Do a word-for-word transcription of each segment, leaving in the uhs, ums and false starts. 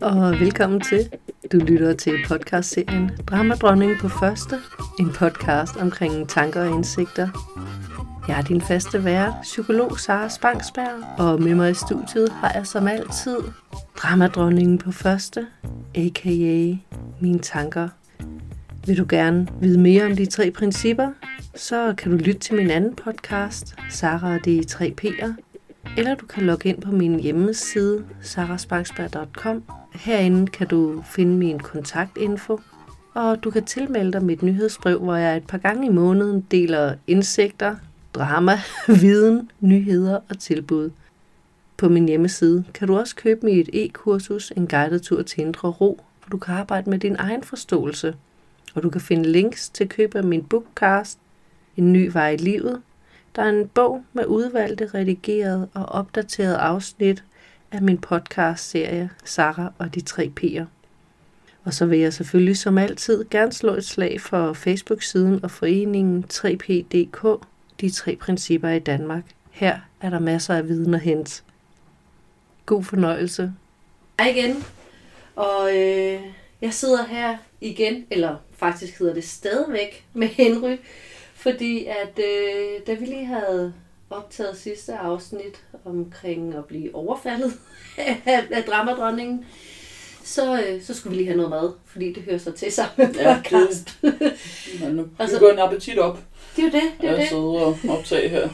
og velkommen til. Du lytter til podcastserien Dramadronningen på første, en podcast omkring tanker og indsigter. Jeg er din faste vært, psykolog Sara Spangsberg, og med mig i studiet har jeg som altid Dramadronningen på første, aka mine tanker. Vil du gerne vide mere om de tre principper, så kan du lytte til min anden podcast, Sara og de tre P'er, eller du kan logge ind på min hjemmeside, sara spangsberg punktum com. Herinde kan du finde min kontaktinfo, og du kan tilmelde dig mit nyhedsbrev, hvor jeg et par gange i måneden deler indsigter, drama, viden, nyheder og tilbud. På min hjemmeside kan du også købe mit e-kursus, en guided tur til indre ro, hvor du kan arbejde med din egen forståelse. Og du kan finde links til køb af min bookcast, En ny vej i livet. Der er en bog med udvalgte, redigerede og opdaterede afsnit af min podcastserie Sara og de tre P'er. Og så vil jeg selvfølgelig som altid gerne slå et slag for Facebook-siden og foreningen tre P punktum d k, de tre principper i Danmark. Her er der masser af viden at hente. God fornøjelse. Hej igen, og øh, jeg sidder her igen, eller faktisk hedder det stadigvæk, med Henry, fordi at øh, da vi lige havde optaget sidste afsnit omkring at blive overfaldet af, af Dramadronningen, så, øh, så skulle vi lige have noget mad, fordi det hører sig til sammen med podcast. Ja, det, nu altså, går en appetit op. Det er jo det, det er jeg det. sidder og optager her.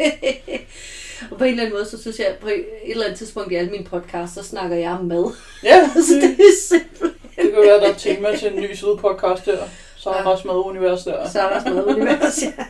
Og på en eller anden måde, så synes jeg, på et eller andet tidspunkt i alle mine podcasts, så snakker jeg om mad. Ja, så det er simpelthen. Det kan være, der er tema til en ny søde podcast der. Saras Madunivers der. Saras Madunivers, ja.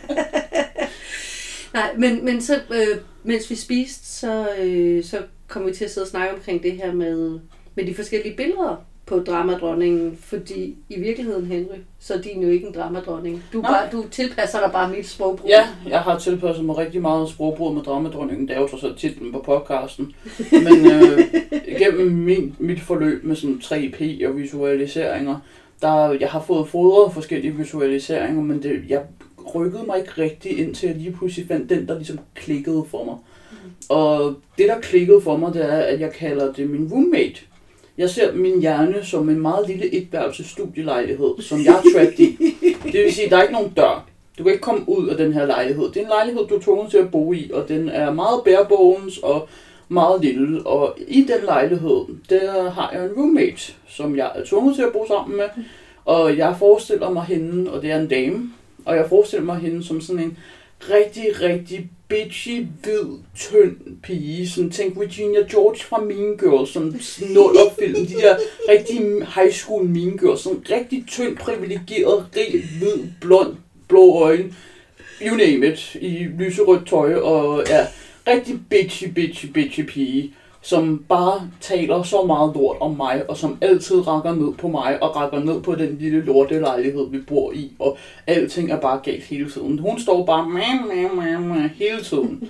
Nej, men, men så, øh, mens vi spiste, så, øh, så kom vi til at sidde og snakke omkring det her med, med de forskellige billeder på Dramadronningen, fordi i virkeligheden, Henry, så er din jo ikke en Dramadronning. Du, bare, du tilpasser dig bare mit sprogbrug. Ja, jeg har tilpasset mig rigtig meget sprogbrug med Dramadronningen. Det er jo trods alt titlen på podcasten. Men øh, gennem min, mit forløb med sådan tre P og visualiseringer, der, jeg har fået fodret forskellige visualiseringer, men det, jeg rykkede mig ikke rigtig ind til, at lige pludselig fandt den, der ligesom klikkede for mig. Mm. Og det, der klikkede for mig, det er, at jeg kalder det min roommate. Jeg ser min hjerne som en meget lille etværelses studielejlighed, som jeg er trapped i. Det vil sige, at der er ikke nogen dør. Du kan ikke komme ud af den her lejlighed. Det er en lejlighed, du er tvunget til at bo i, og den er meget bare bones og meget lille. Og i den lejlighed, der har jeg en roommate, som jeg er tvunget til at bo sammen med. Og jeg forestiller mig hende, og det er en dame, og jeg forestiller mig hende som sådan en rigtig, rigtig bitchy, hvid, tynd pige. Sådan tænk Regina George fra Mean Girls, sådan snullerfilm. De der rigtig high school Mean Girls. Sådan rigtig tynd, privilegeret, rig, hvid, blond, blå øjne. You name it. I lyserødt tøj og ja, rigtig bitchy, bitchy, bitchy pige, som bare taler så meget lort om mig, og som altid rækker ned på mig, og rækker ned på den lille lorte lejlighed, vi bor i, og alting er bare galt hele tiden. Hun står bare mæh, mæh, mæh, mæh, hele tiden.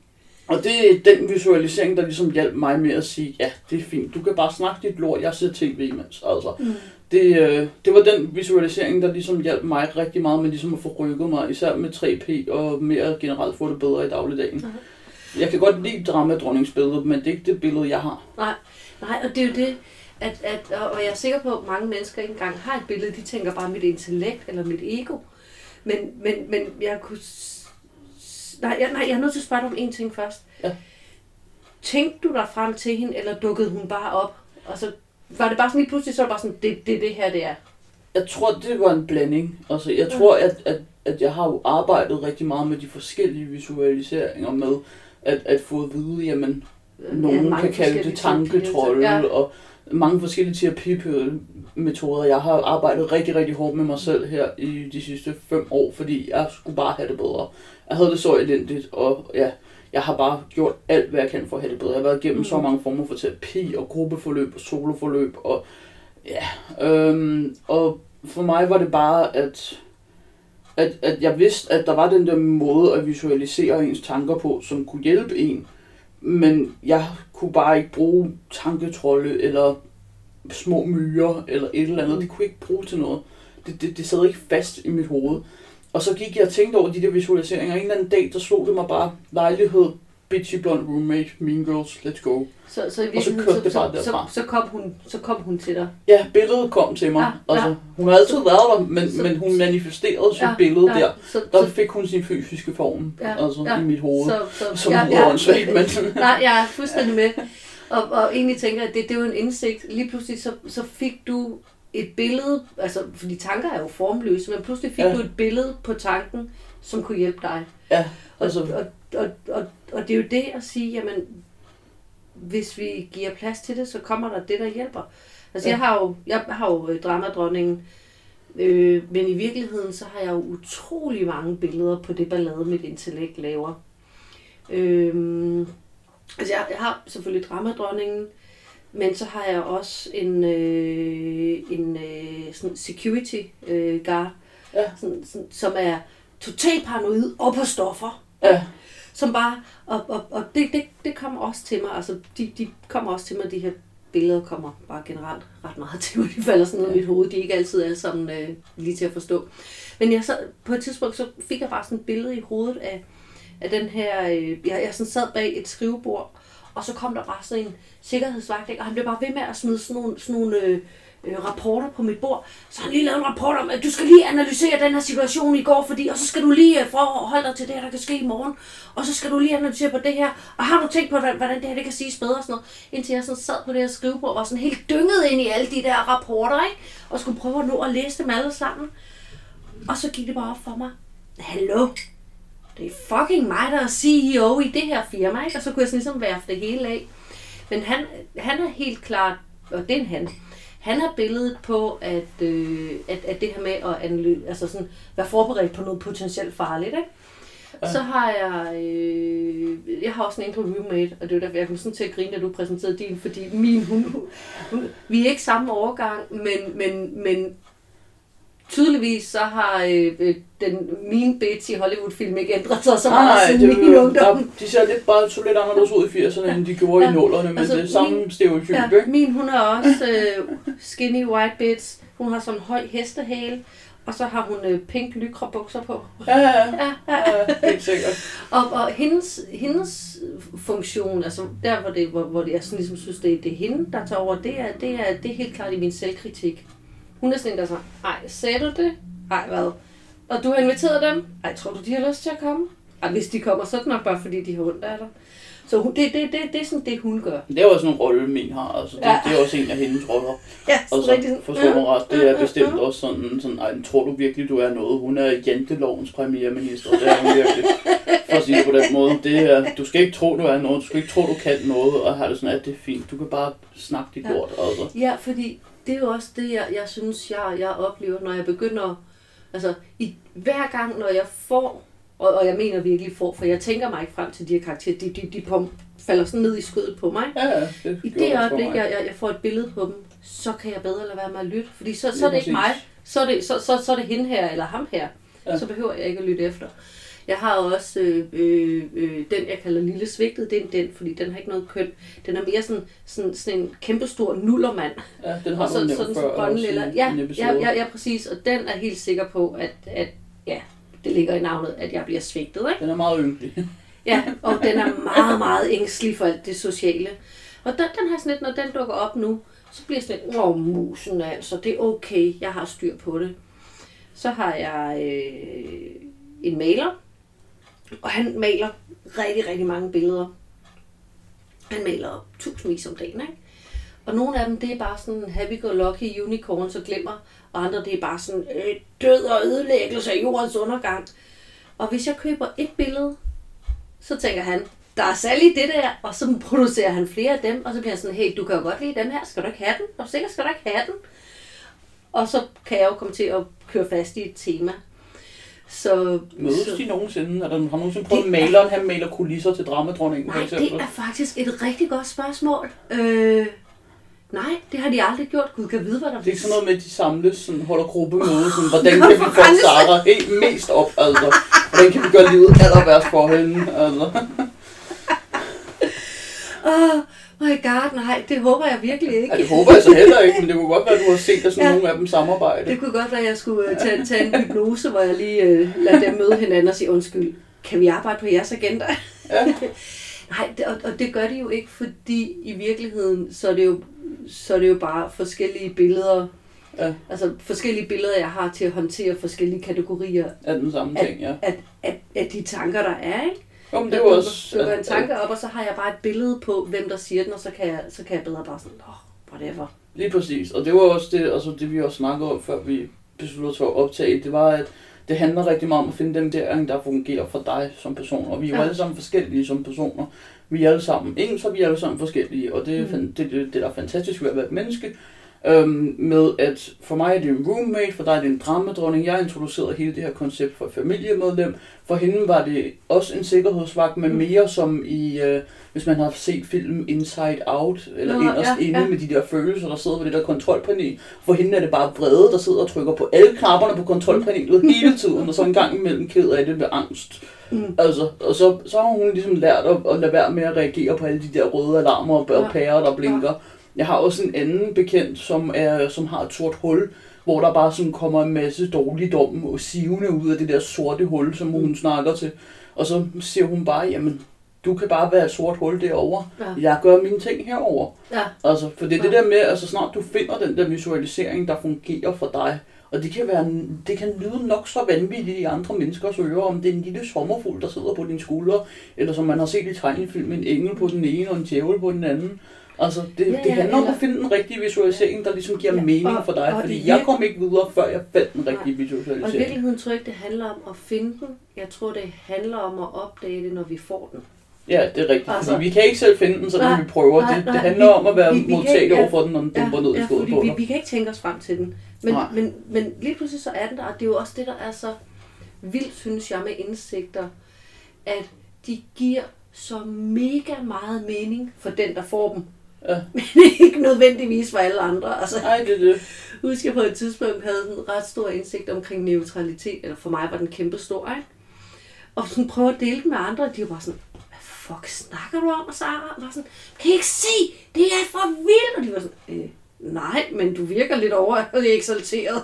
Og det er den visualisering, der ligesom hjalp mig med at sige, ja, det er fint, du kan bare snakke dit lort, jeg ser tv imens. Altså, mm. det, øh, det var den visualisering, der ligesom hjalp mig rigtig meget med ligesom at få rykket mig, især med tre P, og mere generelt få det bedre i dagligdagen. Mm. Jeg kan godt lide Dramadronningsbilledet, men det er ikke det billede, jeg har. Nej, nej, og det er jo det, at, at, og jeg er sikker på, at mange mennesker ikke engang har et billede. De tænker bare mit intellekt eller mit ego. Men, men, men jeg kunne... Nej jeg, nej, jeg er nødt til at spørge dig om en ting først. Ja. Tænkte du dig frem til hende, eller dukkede hun bare op? Og så var det bare sådan lige pludselig, så var det bare sådan, det, det, det her, det er? Jeg tror, det var en blanding. Altså, jeg tror, at, at, at jeg har jo arbejdet rigtig meget med de forskellige visualiseringer med, at, at få at vide, jamen, nogen ja, kan kalde det tanketrolde, ja. Og mange forskellige terapimetoder. Jeg har arbejdet rigtig, rigtig hårdt med mig selv her i de sidste fem år, fordi jeg skulle bare have det bedre. Jeg havde det så elendigt, og ja, jeg har bare gjort alt, hvad jeg kan for at have det bedre. Jeg har været igennem mm. så mange former for terapi og gruppeforløb og soloforløb, og ja, øhm, og for mig var det bare, at At, at jeg vidste, at der var den der måde at visualisere ens tanker på, som kunne hjælpe en. Men jeg kunne bare ikke bruge tanketrolde, eller små myrer, eller et eller andet. Det kunne jeg ikke bruge til noget. Det, det, det sad ikke fast i mit hoved. Og så gik jeg og tænkte over de der visualiseringer. En eller anden dag, der slog det mig bare lejlighed. bitchy blond roommate, mean girls, let's go. Så, så, og så kørte det bare så, derfra. Så, så, kom hun, så kom hun til dig? Ja, billedet kom til mig. Ja, altså, ja. Hun har altid været der, men, så, men hun manifesterede sit ja, billede ja, der. Så, der så, fik hun sin fysiske form, ja, altså ja, i mit hoved. Så, så, som ja, lyder ja, åndssvagt, men... Nej, jeg er fuldstændig med. Og, og egentlig tænker jeg, at det, det er jo en indsigt. Lige pludselig så, så fik du et billede, altså fordi tanker er jo formløse, men pludselig fik ja. du et billede på tanken, som kunne hjælpe dig. Ja, altså... Og, og, og, og, og det er jo det at sige, jamen, hvis vi giver plads til det, så kommer der det, der hjælper. Altså ja. jeg har jo, jeg har jo dramadronningen, øh, men i virkeligheden, så har jeg jo utrolig mange billeder på det ballade, mit intellekt laver. Øh, altså jeg, jeg har selvfølgelig dramadronningen, men så har jeg også en, øh, en øh, sådan security øh, guard, ja. sådan, sådan, som er totalt paranoid og på stoffer. Ja. Som bare, og, og, og det, det, det kommer også til mig, altså de, de kommer også til mig, de her billeder kommer bare generelt ret meget til mig, de falder sådan ned i mit hoved, de er ikke altid alle sammen øh, lige til at forstå. Men jeg så, på et tidspunkt, så fik jeg bare sådan et billede i hovedet af, af den her, øh, jeg, jeg sådan sad bag et skrivebord, og så kom der bare sådan en sikkerhedsvagt, og han blev bare ved med at smide sådan nogle, sådan nogle øh, øh, rapporter på mit bord. Så han lige lavet en rapport om, at du skal lige analysere den her situation i går, fordi, og så skal du lige øh, forholde dig til det her, der kan ske i morgen, og så skal du lige analysere på det her, og har du tænkt på, hvordan det her det kan siges bedre og sådan noget, indtil jeg sådan sad på det her skrivebord og var sådan helt dynget ind i alle de der rapporter, ikke? Og skulle prøve at nå at læse dem alle sammen. Og så gik det bare op for mig, hallo, det er fucking mig, der er C E O i det her firma, ikke? Og så kunne jeg sådan ligesom værfe det hele af. Men han, han er helt klart, og det er en han, han har billedet på, at, øh, at, at det her med at analyse, altså sådan, være forberedt på noget potentielt farligt, ikke? Ja. Så har jeg, øh, jeg har også en enkelt roommate, og det er derfor, jeg kom sådan til at grine, da du præsenterede din, fordi min, hun, hun, vi er ikke samme årgang, men, men, men tydeligvis så har øh, den mean bitch i Hollywood-film ikke ændret sig så meget nej, siden min ungdom. De ser lidt bare så lidt anderledes ud i firserne, end de gjorde ja, i nullerne, men altså det er samme min, stereotyp, ja, ikke? Min, hun er også øh, skinny white bitch. Hun har sådan en høj hestehale, og så har hun øh, pink lykra bukser på. Ja, ja, ja. ja, ja. Helt sikkert. Og, og hendes, hendes funktion, altså der hvor, det, hvor, hvor jeg sådan ligesom synes, det er, det er hende, der tager over, det er, det, er, det er helt klart i min selvkritik. Hun er sådan en, der siger, ej, sagde du det? Ej, hvad? Og du har inviteret dem? Ej, tror du, de har lyst til at komme? Ej, hvis de kommer, så er det nok bare, fordi de har ondt af dig. Så hun, det, det, det, det er sådan det, hun gør. Det er også en rolle, min har. Altså, det, ja. det er også en af hendes roller. Ja, så altså, rigtig sådan. Forstår mig ret. Det er bestemt uh, uh, uh. også sådan, sådan, ej, tror du virkelig, du er noget? Hun er jantelovens premierminister. Det er hun virkelig. For at sige det på den måde. Det er, du skal ikke tro, du er noget. Du skal ikke tro, du kan noget. Og har det sådan, at det er fint. Du kan bare snakke dit ja. lort. Altså. Ja, fordi det er jo også det, jeg, jeg synes, jeg, jeg oplever, når jeg begynder. Altså, i, hver gang, når jeg får, og, og jeg mener virkelig får, for jeg tænker mig ikke frem til de her karakterer, de, de, de pom, falder sådan ned i skødet på mig. Ja, ja, det I det øjeblik, jeg, jeg, jeg får et billede på dem, så kan jeg bedre lade være med at lytte. Fordi så, så er det ikke mig, så er det, så, så, så er det hende her, eller ham her. Ja. Så behøver jeg ikke at lytte efter. Jeg har også øh, øh, øh, den, jeg kalder lille svigtet, det er den, fordi den har ikke noget køn. Den er mere sådan, sådan, sådan en kæmpestor nullermand. Ja, den har og så, du nævnt sådan, før grønne lilla. Ja, ja, ja, ja, præcis. Og den er helt sikker på, at, at ja, det ligger i navnet, at jeg bliver svigtet. Ikke? Den er meget yndelig. Ja, og den er meget, meget ængstelig for alt det sociale. Og den, den har sådan lidt, når den dukker op nu, så bliver sådan lidt, åh, musen altså, det er okay, jeg har styr på det. Så har jeg øh, en maler, og han maler rigtig, rigtig mange billeder. Han maler tusindvis om dagen, ikke? Og nogle af dem, det er bare sådan happy-go-lucky unicorn, så glemmer, og andre, det er bare sådan øh, død og ødelæggelse af jordens undergang. Og hvis jeg køber et billede, så tænker han, der er salg i det der, og så producerer han flere af dem, og så bliver han sådan, hey, du kan jo godt lide dem her, skal du ikke have den? Og sikkert skal du ikke have den. Og så kan jeg jo komme til at køre fast i et tema. Så, Mødes så, de nogensinde? Er der, har nogensinde prøvet maleren, han maler kulisser til dramadronningen, for eksempel? Nej, det er faktisk et rigtig godt spørgsmål. Øh, nej, det har de aldrig gjort. Gud kan vide, hvad der det er ikke sådan noget med, at de samles, sådan, holder gruppemøde, sådan, hvordan kan vi få Sara helt mest op, altså. Hvordan kan vi gøre livet aller værst for hende, altså. Åh, oh my god, nej, det håber jeg virkelig ikke. Ja, det håber jeg så heller ikke, men det kunne godt være, at du har set, at sådan ja, nogle af dem samarbejde. Det kunne godt være, at jeg skulle uh, tage, tage en hypnose, hvor jeg lige uh, lader dem møde hinanden og sige, undskyld, kan vi arbejde på jeres agenda? Ja. Nej, det, og, og det gør de jo ikke, fordi i virkeligheden, så er det jo, så er det jo bare forskellige billeder. Ja. Altså forskellige billeder, jeg har til at håndtere forskellige kategorier af den samme ting, ja. Af, af, af de tanker, der er, ikke? Jo, men det er jo også... Du gør en tanke op, og så har jeg bare et billede på, hvem der siger den, og så kan jeg, så kan jeg bedre bare sådan, åh, oh, whatever. Lige præcis, og det var også det, altså det vi også snakkede om, før vi besluttede os for at optage, det var, at det handler rigtig meget om at finde den der, der fungerer for dig som person, og vi er jo ja. alle sammen forskellige som personer. Vi er alle sammen ens, så vi er alle sammen forskellige, og det er mm. det, det, det, der er fantastisk ved at være et menneske. Øhm, med at for mig er det en roommate, for dig er det en dramadronning. Jeg introducerede hele det her koncept for familiemedlem. For hende var det også en sikkerhedsvagt, men mere som i, øh, hvis man har set filmen Inside Out, eller Nå, inderst ja, inde ja. med de der følelser, der sidder ved det der kontrolpanel. For hende er det bare vrede, der sidder og trykker på alle knapperne på kontrolpanelet hele tiden, og så en gang imellem ked af det med angst. Mm. Altså, og så, så har hun ligesom lært at, at lade være med at reagere på alle de der røde alarmer og ja. pærer, der blinker. Ja. Jeg har også en anden bekendt, som, er, som har et sort hul, hvor der bare sådan kommer en masse dårligdom og sivende ud af det der sorte hul, som hun snakker til. Og så siger hun bare, jamen, du kan bare være et sort hul derovre. Ja. Jeg gør mine ting herover. Ja. Altså, for det er det der med, altså snart du finder den der visualisering, der fungerer for dig. Og det kan, være, det kan lyde nok så vanvittigt i andre menneskers ører, om det er en lille sommerfugl, der sidder på dine skuldre, eller som man har set i tegnefilm, en engel på den ene og en djævel på den anden. Altså, det, ja, ja, det handler om at finde den rigtige visualisering, der ligesom giver ja, mening for dig, og fordi virke... jeg kom ikke videre, før jeg fandt den rigtige visualisering. Og i virkeligheden tror jeg ikke, det handler om at finde den. Jeg tror, det handler om at opdage det, når vi får den. Ja, det er rigtigt, altså, fordi vi kan ikke selv finde den, så når vi prøver. Nej, det, det handler nej, om at være modtagelig over for den, når den ja, dumper ned ja, i skåret på vi, vi kan ikke tænke os frem til den. Men, men, men lige pludselig så er den der, og det er jo også det, der er så vildt, synes jeg, med indsigter, at de giver så mega meget mening for den, der får dem. Ja. Men ikke nødvendigvis for alle andre. Altså, Ej, det er det. Husk, jeg på et tidspunkt havde en ret stor indsigt omkring neutralitet, eller for mig var den kæmpe stor, ikke? Og sådan prøve at dele den med andre, og de var bare sådan, hvad fuck snakker du om, Sara? Og var sådan, kan I ikke se, det er for vildt? Og de var sådan, øh, nej, men du virker lidt over, og det er eksalteret.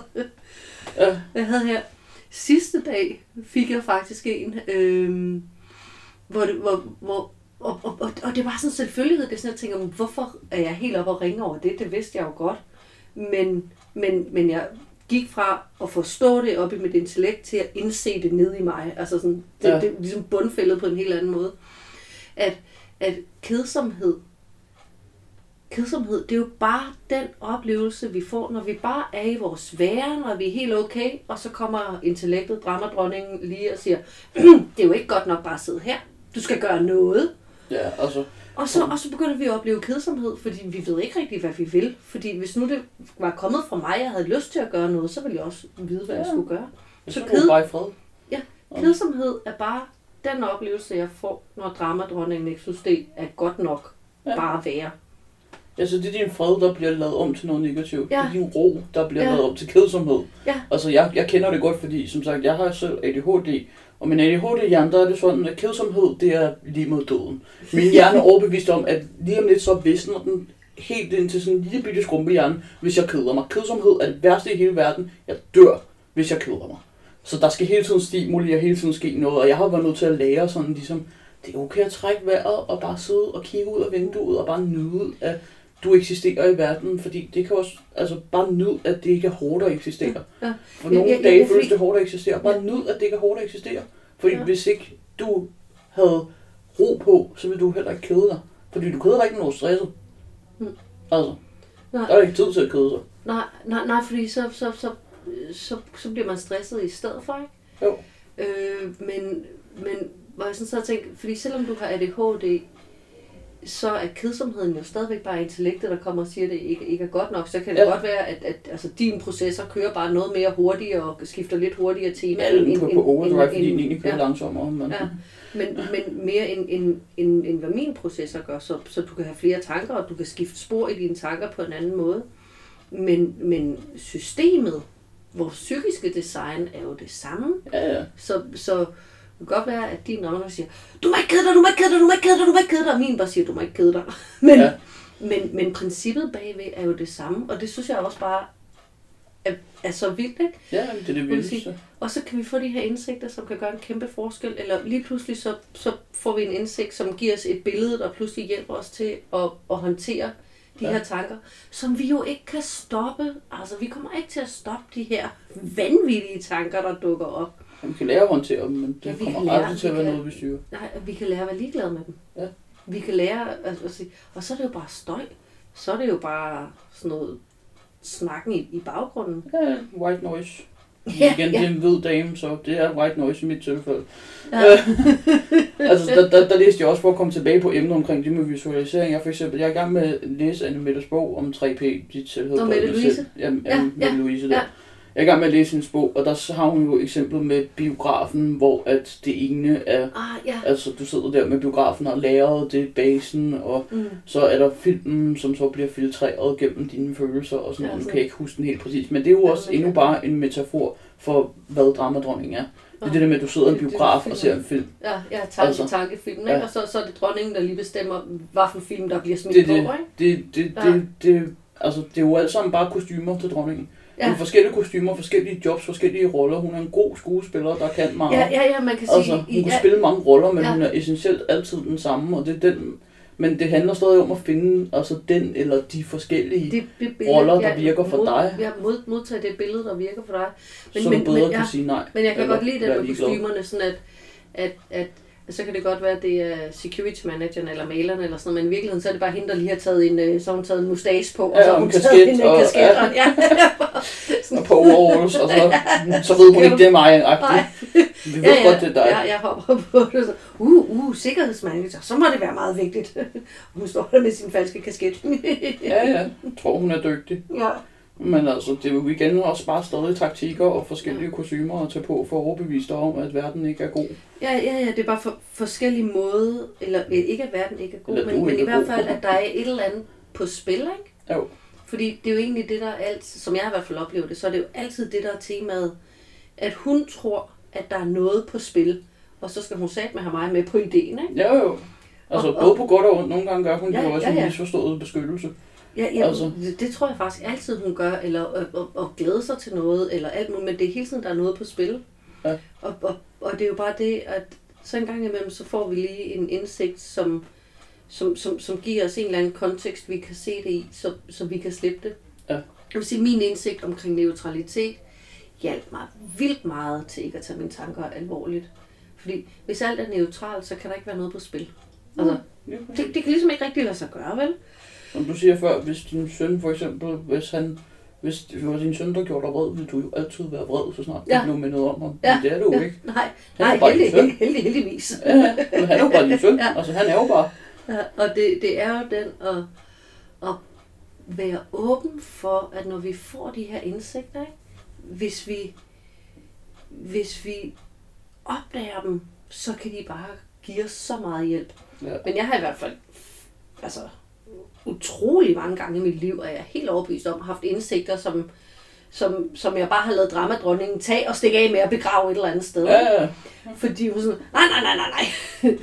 Ja. Jeg havde her, sidste dag fik jeg faktisk en, øh, hvor, det, hvor, hvor Og, og, og, og det var sådan en selvfølgelighed, det er sådan, jeg tænker, hvorfor er jeg helt oppe og ringe over det? Det vidste jeg jo godt. Men, men, men jeg gik fra at forstå det op i mit intellekt til at indse det ned i mig. Altså sådan, det, ja. det er ligesom bundfældet på en helt anden måde. At, at kedsomhed, kedsomhed, det er jo bare den oplevelse, vi får, når vi bare er i vores væren, og vi er helt okay, og så kommer intellektet, dramadronningen lige og siger, det er jo ikke godt nok bare at sidde her. Du skal gøre noget. Ja, altså. Og så, og så begynder vi at opleve kedsomhed, fordi vi ved ikke rigtig, hvad vi vil. Fordi hvis nu det var kommet fra mig, jeg havde lyst til at gøre noget, så ville jeg også vide, hvad ja. jeg skulle gøre. Så, så ked... bare i fred. Ja, kedsomhed er bare den oplevelse, jeg får, når dramadronningen ikke synes, det er godt nok ja. bare at være. Ja, så det er din fred, der bliver lavet om til noget negativt. Ja. Det er din ro, der bliver ja. lavet om til kedsomhed. Ja. Altså, jeg, jeg kender det godt, fordi som sagt, jeg har selv A D H D, og min A D H D-hjerne, der er det sådan, at kedsomhed, det er lige mod døden. Min hjerne er overbevist om, at lige om lidt så visner den helt ind til sådan en lille bitte skrumpehjerne, hvis jeg keder mig. Kedsomhed er det værste i hele verden. Jeg dør, hvis jeg keder mig. Så der skal hele tiden stimuli og hele tiden ske noget, og jeg har været nødt til at lære sådan ligesom, det er okay at trække vejret og bare sidde og kigge ud af vinduet og bare nyde, at du eksisterer i verden, fordi det kan også, altså bare nyd, at det ikke er hårdt at eksistere. Ja. For nogle ja, ja, dage føles det hårdt at eksistere. Bare ja. nyd, at det ikke er hårdt at eksistere. Fordi ja. hvis ikke du havde ro på, så ville du heller ikke kede dig. Fordi du keder dig ikke, når du er stresset. Mm. Altså, nej. Der er ikke tid til at kede sig. Nej, nej, nej, fordi så, så, så, så, så bliver man stresset i stedet for, ikke? Jo. Øh, men, men hvor jeg sådan så tænkte, fordi selvom du har A D H D, så er kedsomheden jo stadigvæk bare intellektet, der kommer og siger, at det ikke, ikke er godt nok. Så kan det ja. godt være, at, at altså, din processor kører bare noget mere hurtigere og skifter lidt hurtigere tema. Ja, den kører på overdrive, fordi den egentlig kører ja. langsommere. Men... Ja. Men, men mere end, end, end, end hvad min processor gør, så, så du kan have flere tanker, og du kan skifte spor i dine tanker på en anden måde. Men, men systemet, vores psykiske design, er jo det samme. Ja, ja. Så... så det kan godt være, at din rammer siger, du må ikke kede dig, du må ikke kede dig, du må ikke kede dig, du må ikke kede dig, og min bare siger, du må ikke kede dig. Men, ja. men, men princippet bagved er jo det samme, og det synes jeg også bare er, er så vildt, ikke? Ja, det er det vildeste. Og så kan vi få de her indsigter, som kan gøre en kæmpe forskel, eller lige pludselig så, så får vi en indsigt, som giver os et billede, der pludselig hjælper os til at, at håndtere de ja. her tanker, som vi jo ikke kan stoppe. Altså, vi kommer ikke til at stoppe de her vanvittige tanker, der dukker op. Ja, vi kan lære at håndtere dem, men det ja, kommer lære, aldrig til at være kan, noget, vi styrer. Nej, vi kan lære at være ligeglade med dem. Ja. Vi kan lære at, at sige, og så er det jo bare støj. Så er det jo bare sådan noget snakken i, i baggrunden. Ja, white noise. Ja, Igen, ja. det er en hvid dame, så det er white noise i mit tilfælde. Ja. altså, der, der, der læste jeg også for at komme tilbage på emnet omkring det med visualisering. Jeg for eksempel, jeg er i gang med at læse Anne Mettes bog om tre P, dit selvhed. Og Mette Louise. Ja, ja, ja, Mette ja, Louise der. Ja. Jeg er i gang med at læse hendes bog, og der har hun jo eksempel med biografen, hvor at det ene er, ah, ja. altså du sidder der med biografen og lærer det basen, og mm. så er der filmen, som så bliver filtreret gennem dine følelser, og sådan, ja, sådan. Nu kan jeg ikke huske den helt præcis, men det er jo også ja, endnu bare en metafor for, hvad dramadronningen er. Det er det der med, at du sidder i en biograf og ser en film. Ja, ja tanke, altså, tankefilm, ja. Og så, så er det dronningen, der lige bestemmer, hvad for film, der bliver smidt det, på, det, ikke? Det, det, ja. det, det, altså, det er jo alt sammen bare kostymer til dronningen. Ja. Det er forskellige kostymer, forskellige jobs, forskellige roller. Hun er en god skuespiller, der kan meget. Ja, ja, ja, man kan altså, sige... hun ja, kan spille mange roller, men ja. hun er essentielt altid den samme, og det er den... Men det handler stadig om at finde altså den eller de forskellige det, det billede, roller, der virker for mod, dig. Jeg har mod, modtaget det billede, der virker for dig. Men, så men, du bedre men, kan ja, sige nej. Men jeg kan godt lide det med ligeglad. kostymerne, sådan at, at, at så kan det godt være, at det er security manageren eller maileren eller sådan noget, men i virkeligheden så er det bare hende, der lige har taget en, så har hun taget en mustache på, og ja, så har hun kasket, taget en og, kasket. Ja. Og, ja, og på overalls, og så, så ved hun ikke, det er mig-agtigt. Vi ved ja, ja, godt, det er dig. Ja, jeg hopper på det. Så, uh, uh, sikkerhedsmanager, så må det være meget vigtigt. Hun står der med sin falske kasket. ja, ja. Jeg tror, hun er dygtig. Ja. Men altså, det er jo igen også bare stadig taktikker og forskellige ja. kostymer at tage på for at overbevise dig om, at verden ikke er god. Ja, ja, ja, det er bare for forskellige måder, eller ikke at verden ikke er god, eller men, men i hvert god. fald, at der er et eller andet på spil, ikke? Jo. Fordi det er jo egentlig det, der er altid, som jeg i hvert fald oplever det, så er det jo altid det, der er temaet, at hun tror, at der er noget på spil, og så skal hun satme have mig med på ideen, ikke? Jo, jo. Altså, og, både og, på godt og ondt, nogle gange gør hun ja, jo også ja, ja. en misforstået beskyttelse. Ja, ja altså. det, det tror jeg faktisk altid, hun gør, eller og, og, og glæde sig til noget, eller alt muligt, men det er hele tiden, der er noget på spil. Ja. Og, og, og det er jo bare det, at så en gang imellem, så får vi lige en indsigt, som, som, som, som giver os en eller anden kontekst, vi kan se det i, så, så vi kan slippe det. Ja. Jeg vil sige, min indsigt omkring neutralitet hjalp mig vildt meget til ikke at tage mine tanker alvorligt. Fordi hvis alt er neutralt, så kan der ikke være noget på spil. Altså, mm. det, det kan ligesom ikke rigtig lade sig gøre, vel? Som du siger før, hvis din søn for eksempel, hvis han, hvis det var din søn, der gjorde dig vred, ville du jo altid være vred, så snart ja. du blev mindet om ham. Ja. Men det er du jo ja. ikke. Nej, han Nej heldig, heldig, heldig, heldigvis. Ja, men han er jo bare din søn. Ja. Altså, han er jo bare. Ja, og det, det er jo den at, at være åben for, at når vi får de her indsigter, ikke? Hvis vi, hvis vi opdager dem, så kan de bare give os så meget hjælp. Ja. Men jeg har i hvert fald altså, utrolig mange gange i mit liv, og jeg er helt overbevist om, haft indsigter, som, som, som jeg bare har lavet dramadronningen tage og stikke af med at begrave et eller andet sted. Ja. Fordi hun sådan, nej, nej, nej, nej, nej.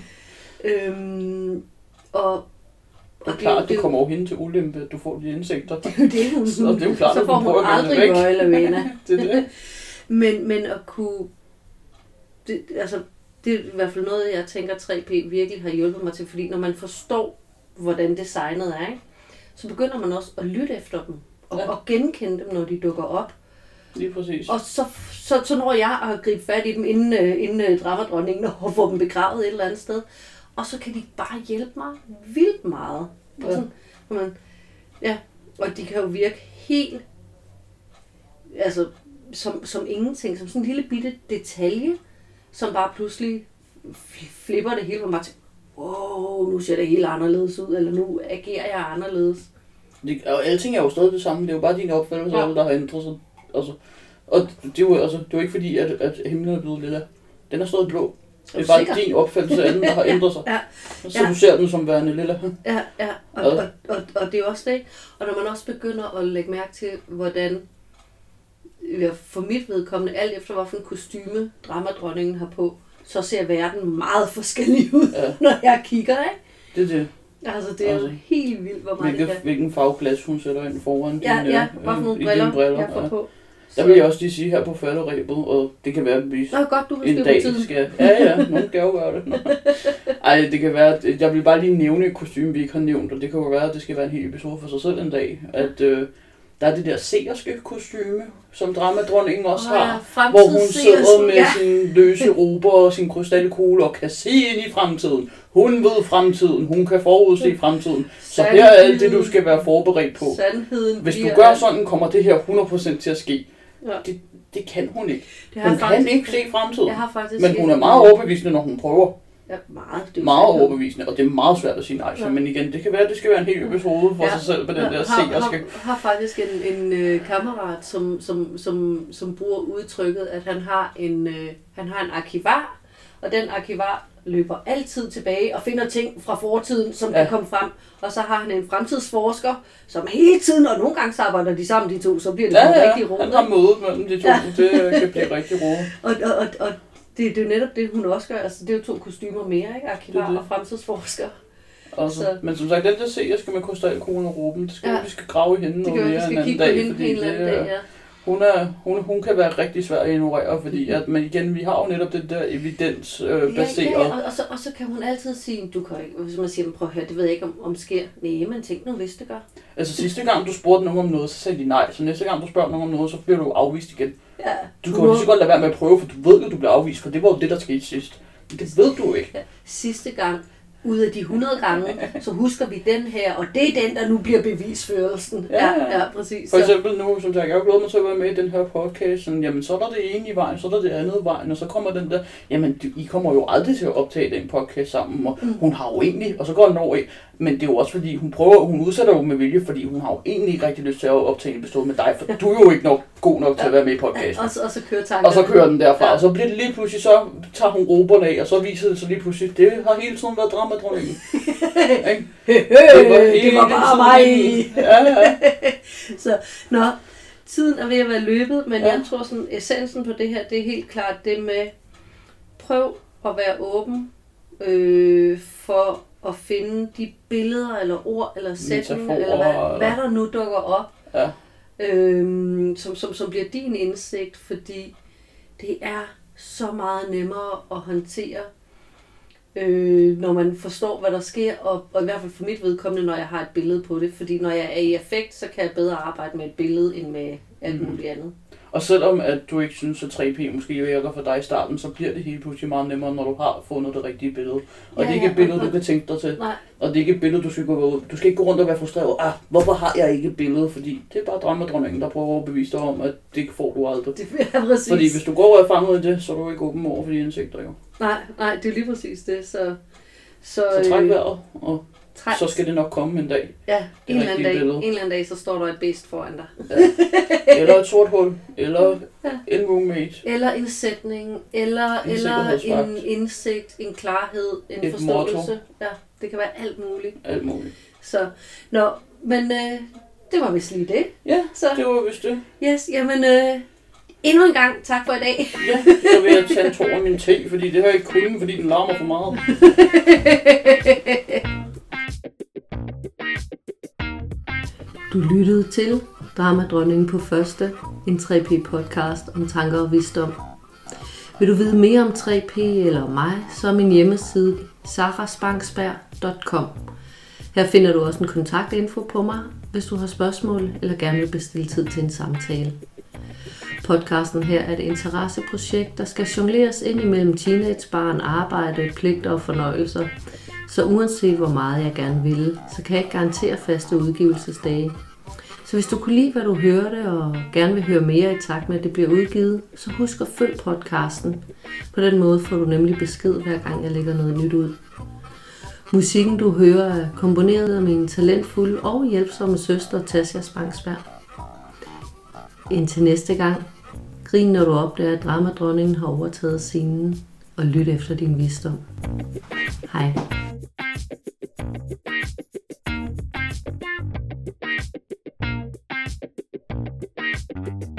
øhm, og det er klart, at det kommer over hende til ulempe, at du får de indsigter. Det er jo det, hun, så, det er jo klart, så får hun aldrig Royal Arena. det er det. men, men at kunne, det, altså, det er i hvert fald noget, jeg tænker tre P virkelig har hjulpet mig til, fordi når man forstår, hvordan designet er, ikke, så begynder man også at lytte efter dem, og, ja. og genkende dem, når de dukker op. Lige præcis. Og så, så, så når jeg at gribe fat i dem, inden, inden dramadronningen, og få dem begravet et eller andet sted. Og så kan de bare hjælpe mig vildt meget. Ja. Sådan, man, ja, og de kan jo virke helt, altså, som, som ingenting, som sådan en lille bitte detalje, som bare pludselig flipper det hele, og bare tænker, wow, nu ser det helt anderledes ud, eller nu agerer jeg anderledes. Det, og alting er jo stadig det samme, det er jo bare dine opfattelser, ja. der har ændret sig. Altså, og det er jo altså, det er jo ikke fordi, at, at himlen er blevet lilla. Den er stadig blå. Det er bare sikker? Din opfattelse af den, der har ændret sig. Ja. Så ja. Du ser den som værende lilla. Ja, ja. Og, og, og, og det er også det. Og når man også begynder at lægge mærke til, hvordan, for mit vedkommende, alt efter hvilken kostyme dramadronningen har på, så ser verden meget forskellig ud, ja. når jeg kigger, ikke? Det er det. Altså, det er altså, jo helt vildt, hvor meget hvilke, det kan. Hvilken farveglas hun sætter ind foran ja, dine, ja, hvad for nogle øh, briller, briller, jeg får ja. på. Der vil jeg også lige sige her på falderæbet, og det kan være, at vi Nå, godt, du har en styr på dag tiden. skal... Ja, ja, nogen skal jo gøre det. Ej, det kan være, at jeg vil bare lige nævne et kostume, vi ikke har nævnt, og det kan jo være, at det skal være en hel episode for sig selv en dag. At øh, der er det der seerske kostume, som dramadronningen også Åh, ja, har, hvor hun sidder fremtidsseersken, med ja. sin løse rober og sin krystalkugle og kan se ind i fremtiden. Hun ved fremtiden, hun kan forudse fremtiden. Så her er alt det, du skal være forberedt på. Sandheden Hvis du bliver- gør sådan, kommer det her hundrede procent til at ske. Ja. Det, det kan hun ikke. Det har Hun jeg kan faktisk- ikke se fremtiden. Jeg har faktisk Men hun er en- meget overbevisende, når hun prøver. Ja, meget. Det er jo Meget sandheden. overbevisende, og det er meget svært at sige nej til. Ja. Men igen, det kan være, at det skal være en hel episode for Ja. sig selv på den Jeg der har, seerske. har, har faktisk en, en øh, kammerat, som, som, som, som bruger udtrykket, at han har en, øh, han har en arkivar, og den arkivar løber altid tilbage og finder ting fra fortiden, som Ja. kan komme frem. Og så har han en fremtidsforsker, som hele tiden, og nogle gange så arbejder de sammen, de to, så bliver det Ja, ja, ja, rigtig rodet. han har mødet mellem de to. Ja. Det kan blive rigtig rodet. Og, og, og, og det, det er jo netop det, hun også gør. Altså, det er jo to kostymer mere, ikke? Arkivar Det er det. og fremtidsforsker. Altså, Så- men som sagt, den der seerske med krystalkuglen og råben, det skal Ja. ja. vi skal grave i hende Det noget gør, at vi mere en skal anden kigge på dag. hende på fordi en eller anden det er- dag, ja. Hun, er, hun, hun kan være rigtig svær at ignorere, fordi at, men igen, vi har jo netop det der evidensbaseret. Ja, ja, og, og, så, og så kan hun altid sige, du kan ikke, hvis man siger, prøv at høre, det ved jeg ikke, om, om sker. Nej, men tænk nu, hvis det gør. Altså sidste gang du spurgte nogen om noget, så sagde de nej. Så næste gang du spørger nogen om noget, så bliver du afvist igen. Ja, Du kan jo lige så godt lade være med at prøve, for du ved jo, du bliver afvist, for det var jo det, der skete sidst. Men det ved du ikke. ja. Sidste gang, ud af de hundrede gange, så husker vi den her, og det er den, der nu bliver bevisførelsen. Ja, Ja, ja. ja, præcis. For Så, eksempel nu, som sagt, jeg har glædet mig til at være med i den her podcast, sådan, jamen så er der det ene i vejen, så er der det andet i vejen, og så kommer den der, jamen du- I kommer jo aldrig til at optage den podcast sammen, og Mm. hun har jo egentlig, og så går den over i, men det er jo også fordi, hun prøver, hun udsætter jo med vilje, fordi hun har jo egentlig ikke rigtig lyst til at optage en episode med dig, for du er jo ikke nok god nok til at være med i podcasten. og, så, og så kører tankerne. Og så kører den derfra, Ja. og så bliver det lige pludselig, så tager hun råberne af, og så viser det sig lige pludselig, det har hele tiden været dramadronningen. Ikke? Øh, det var bare mig. Ja, ja. Så, nå, tiden er ved at være løbet, men Ja. ja. jeg tror sådan, essensen på det her, det er helt klart det med, prøv at være åben øh, for at finde de billeder, eller ord, eller sætninger, Metaforer, eller hvad, eller- hvad der nu dukker op, Ja. øh, som, som, som bliver din indsigt, fordi det er så meget nemmere at håndtere, øh, når man forstår, hvad der sker, og, og i hvert fald for mit vedkommende, når jeg har et billede på det, fordi når jeg er i affekt, så kan jeg bedre arbejde med et billede, end med alt Mhm. muligt andet. Og selvom at du ikke synes, at tre P måske virker for dig i starten, så bliver det helt pludselig meget nemmere, når du har fundet det rigtige billede. Og Ja, det er ikke ja, et billede, og- du kan tænke dig til. Nej, Og det er ikke et billede, du skal gå ud. Du skal ikke gå rundt og være frustreret. Ah, hvorfor har jeg ikke et billede? Fordi det er bare dramadronningen, der prøver at bevise dig om, at det ikke får du aldrig. det er præcis. Fordi hvis du går og er fanget i det, så er du ikke åben over for dine indsigter jo. Nej, nej, det er lige præcis det. Så, så, Så træk øh, vejret, og træk, så skal det nok komme en dag. ja, det en eller, anden rigtige dag, billede. en eller anden dag, så står der et bedst foran dig. Eller et sort hul, eller Ja. en roommate. Eller en sætning, eller, En eller sikkerhedsvagt. en indsigt, en klarhed, en Et forståelse. motto. Ja, det kan være alt muligt. Alt muligt. Så, nå, men øh, det var vist lige det. Ja, Så, det var vist det. yes, jamen, øh, endnu en gang tak for i dag. Ja, så vil jeg tage en tår af min te, fordi det har jeg ikke kunnet, fordi den larmer for meget. Du lyttede til Dramadronningen på første, en tre P podcast om tanker og visdom. Vil du vide mere om tre P eller om mig, så er min hjemmeside sara spangsberg punktum com. Her finder du også en kontaktinfo på mig, hvis du har spørgsmål eller gerne vil bestille tid til en samtale. Podcasten her er et interesseprojekt, der skal jongleres ind imellem teenagebarn, arbejde, pligter og fornøjelser. Så uanset hvor meget jeg gerne vil, så kan jeg ikke garantere faste udgivelsesdage. Så hvis du kunne lide, hvad du hørte, og gerne vil høre mere i takt med, at det bliver udgivet, så husk at følg podcasten. På den måde får du nemlig besked, hver gang jeg lægger noget nyt ud. Musikken, du hører, er komponeret af min talentfulde og hjælpsomme søster, Tasja Spangsberg. Indtil næste gang, grin når du opdager, at dramadronningen har overtaget scenen, og lyt efter din visdom. Hej. Thank you.